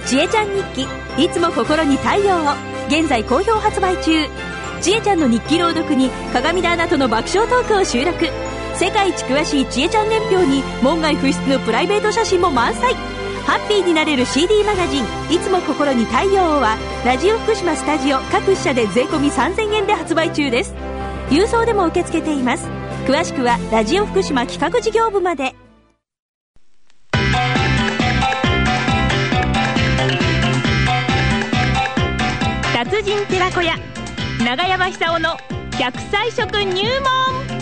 ちえちゃん日記いつも心に太陽を現在好評発売中。ちえちゃんの日記朗読に鏡田アナとの爆笑トークを収録。世界一詳しいちえちゃん年表に門外不出のプライベート写真も満載。ハッピーになれる CD マガジンいつも心に太陽をはラジオ福島スタジオ各社で税込み3000円で発売中です。郵送でも受け付けています。詳しくはラジオ福島企画事業部まで。達人寺子屋長山久夫の100歳食入門。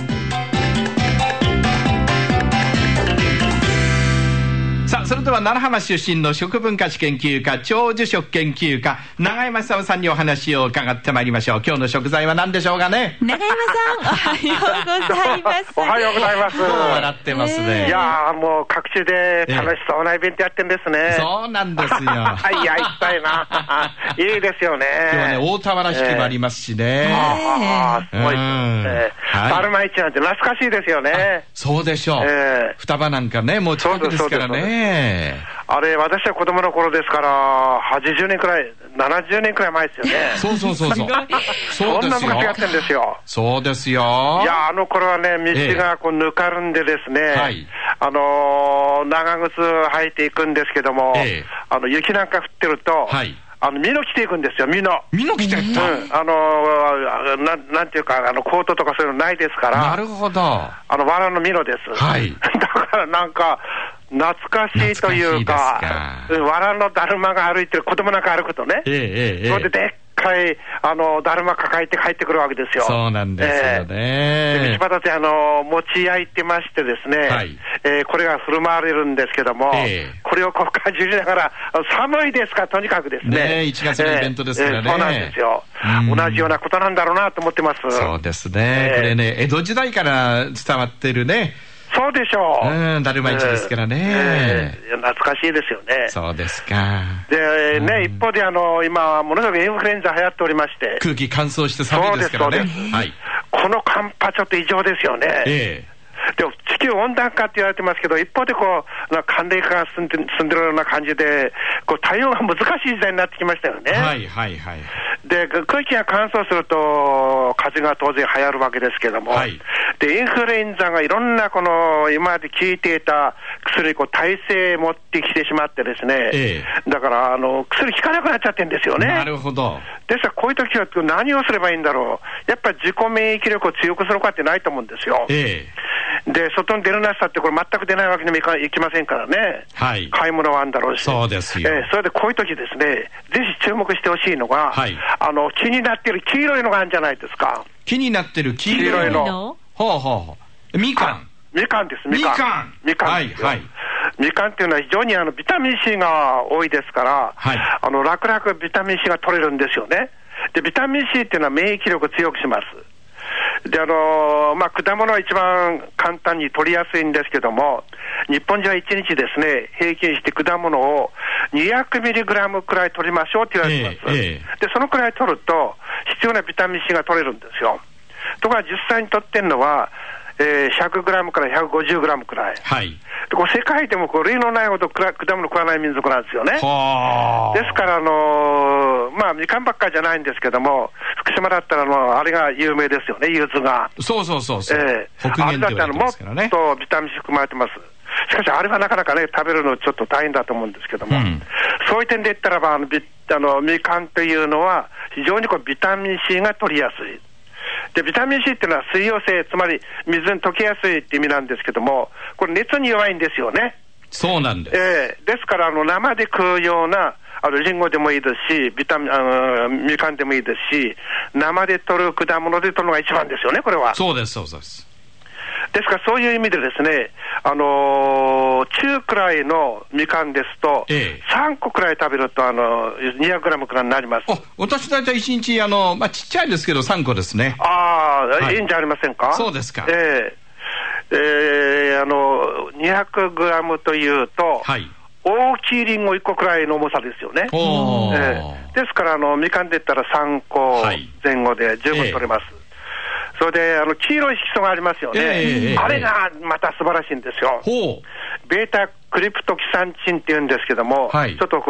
さあ、それでは奈良浜出身の食文化史研究家、長寿食研究家永山久夫さんにお話を伺ってまいりましょう。今日の食材は何でしょうかね。 永山さん、おはようございます。 おはようございます。 笑ってますね。 いやー、もう各地で楽しそうなイベントやってるんですね。 そうなんですよ。 はいや、行きたいな。いいですよね。 今日はね、大田原引きもありますしね。 すごいですね。だるま市なんて懐かしいですよね。 そうでしょう。双葉なんかね、もう近くですからね。 あれ、私は子供の頃ですから80年くらい70年くらい前ですよね。 そうそうそうそう。 そんな昔やってるんですよ。 そうですよ。 いや、あの頃はね、道がこうぬかるんでですね、長靴履いていくんですけども、雪なんか降ってると、実の着ていくんですよ、実の着ていった。なんていうか、コートとかそういうのないですから。 なるほど。 藁の実のです。だからなんか、懐かしいというか、藁のだるまが歩いてる、子供なんか歩くとね、それででっかいだるま抱えて帰ってくるわけですよ。 そうなんですよね。 道端で餅焼いてましてですね、これが振る舞われるんですけども、これをこうかじりながら、寒いですか、とにかくですね。 1月のイベントですからね。 そうなんですよ。同じようなことなんだろうなと思ってます。 そうですね。これね、江戸時代から伝わってるね。 そうでしょう。 だるま市ですからね。 懐かしいですよね。 そうですか。 で、ね、一方で今、ものすごくインフルエンザ流行っておりまして。 空気乾燥して寒いですからね。 そうです。この寒波ちょっと異常ですよね。でも地球温暖化って言われてますけど、一方でこう寒冷化が進んでるような感じで、こう対応が難しい時代になってきましたよね。で、空気が乾燥すると風邪が当然流行るわけですけども、でインフルエンザがいろんなこの今まで効いていた薬にこう耐性持ってきてしまってですね、だから薬効かなくなっちゃってるんですよね。 なるほど。 ですからこういう時は何をすればいいんだろう。やっぱり自己免疫力を強くするかってないと思うんですよ。で、外に出るなさってこれ全く出ないわけにもいきませんからね。買い物はあるんだろうし。 そうですよ。 それでこういう時ですね、ぜひ注目してほしいのが、気になってる黄色いのがあるんじゃないですか。 気になってる黄色いの。みかん。 みかんです、みかん。みかんっていうのは非常にビタミン C が多いですから、楽々ビタミン C が取れるんですよね。で、ビタミン C っていうのは免疫力を強くします。で、果物は一番簡単に取りやすいんですけども、日本人は1日ですね、平均して果物を200ミリグラムくらい取りましょうって言われてます。で、そのくらい取ると必要なビタミン C が取れるんですよ。ところが実際に取ってるのは、100グラムから150グラムくらい。でこう世界でも類のないほど果物食わない民族なんですよね。ですからみかんばっかりじゃないんですけども、福島だったらあれが有名ですよね、柚子が。 そう。 あれだったらもっとビタミン C 含まれてます。しかしあれはなかなかね、食べるのちょっと大変だと思うんですけども、そういう点で言ったらばみかんというのは非常にビタミン C が取りやすい。でビタミン C っていうのは水溶性、つまり水に溶けやすいって意味なんですけども、これ熱に弱いんですよね。 そうなんです。 ですから生で食うようなリンゴでもいいですし、みかんでもいいですし、生で取る果物で取るのが一番ですよね、これは。 そうです。 ですからそういう意味でですね、中くらいのみかんですと、3個くらい食べると200グラムくらいになります。 私大体1日ちっちゃいですけど3個ですね。 いいんじゃありませんか。 そうですか。 200グラムというと、大きいリンゴ1個くらいの重さですよね。ですからみかんで言ったら3個前後で十分取れます。それで黄色い色素がありますよね。あれがまた素晴らしいんですよ。ベータクリプトキサンチンっていうんですけども、ちょっと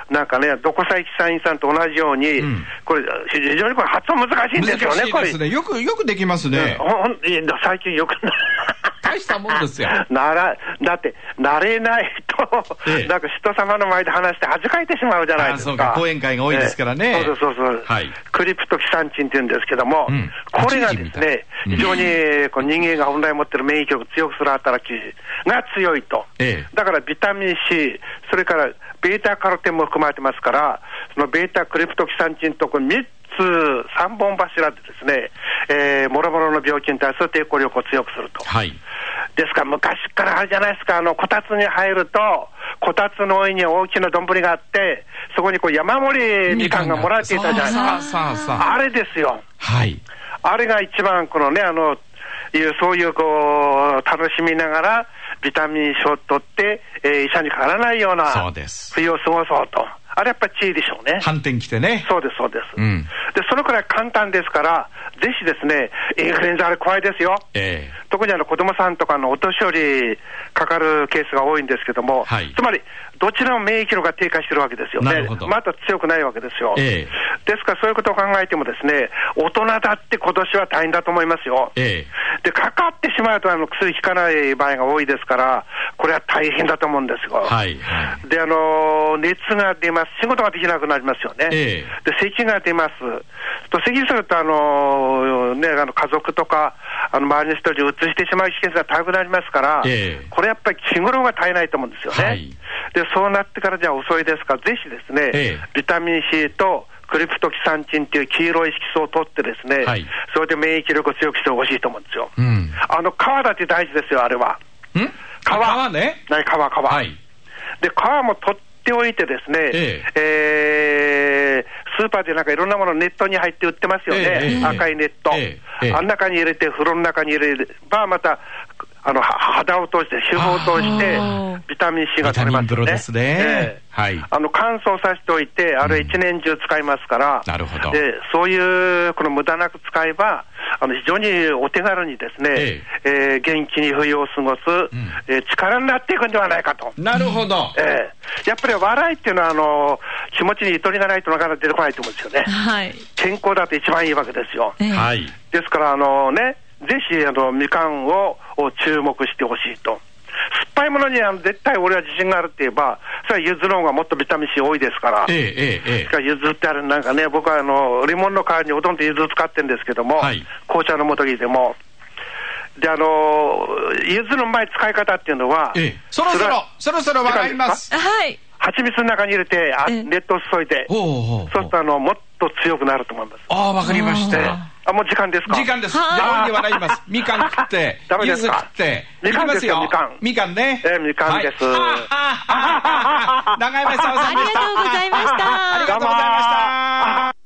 なんかね、どこさいきさんいさんと同じように、これ、非常にこれ発音難しいんですよね、 難しいですね。よくできますね。 最近よく大したもんですよ。 だって、慣れないと、なんか人様の前で話して恥かいてしまうじゃないですか。 そうか、講演会が多いですからね。 そう。クリプトキサンチンって言うんですけども、これがですね、非常にこう人間が本来持っている免疫力を強くする働きが強いと。だからビタミン C、それからベータカロテンも含まれてますから、そのベータクリプトキサンチンとこの3本柱でですね、もろもろの病気に対する抵抗力を強くすると。ですから昔からあるじゃないですか、こたつに入ると、こたつの上に大きな丼があって、そこにこう山盛りみかんがもらっていたじゃないですか。あれですよ。あれが一番このね、そういうこう楽しみながらビタミン C を取って、医者にかからないような冬を過ごそうと。あれやっぱり知恵でしょうね。 反転来てね。 そうです。で、そのくらい簡単ですから、ぜひですね、インフルエンザあれ怖いですよ。特に子供さんとかのお年寄りかかるケースが多いんですけども、つまり、どちらも免疫力が低下してるわけですよね。また強くないわけですよ。ですからそういうことを考えてもですね、大人だって今年は大変だと思いますよ。で、かかってしまうと薬効かない場合が多いですから、これは大変だと思うんですよ。で、熱が出ます。仕事ができなくなりますよね。で、咳が出ます。咳すると家族とか周りの人にうつしてしまう危険性が高くなりますから、これやっぱり日頃が絶えないと思うんですよね。で、そうなってからじゃ遅いですから、ぜひですね、ビタミン C とクリプトキサンチンっていう黄色い色素を取ってですね、それで免疫力を強くしてほしいと思うんですよ。皮だって大事ですよ、あれは。皮ね。 皮。で、皮も取っておいてですね、スーパーでなんかいろんなものネットに入って売ってますよね、赤いネット。あん中に入れて、風呂の中に入れれば、また、肌を通して、皮膚を通して、ビタミン C が取れますよね。ビタミン風呂ですね。乾燥させておいて、あれ一年中使いますから、で、そういう、この無駄なく使えば、非常にお手軽にですね、元気に冬を過ごす、力になっていくんではないかと。 なるほど。 やっぱり笑いっていうのは、気持ちにゆとりがないとなかなか出てこないと思うんですよね。健康だと一番いいわけですよ。ですから、ぜひみかんを注目してほしいと。酸っぱいものに絶対俺は自信があるって言えば、それは柚子の方がもっとビタミン C 多いですから。柚子ってなんかね、僕はレモンの代わりにほとんど柚子使ってるんですけども、紅茶の素ぎでも。で、柚子のうまい使い方っていうのは、 そろそろ笑います。 蜂蜜の中に入れて、熱湯を注いで、そうするともっと強くなると思います。 わかりました。 もう時間ですか？ 時間です。大いに笑います。みかん食って、柚子食って。 みかんですよ、 みかんね。 みかんです。 長山久夫さんでした。 ありがとうございました。 ありがとうございました。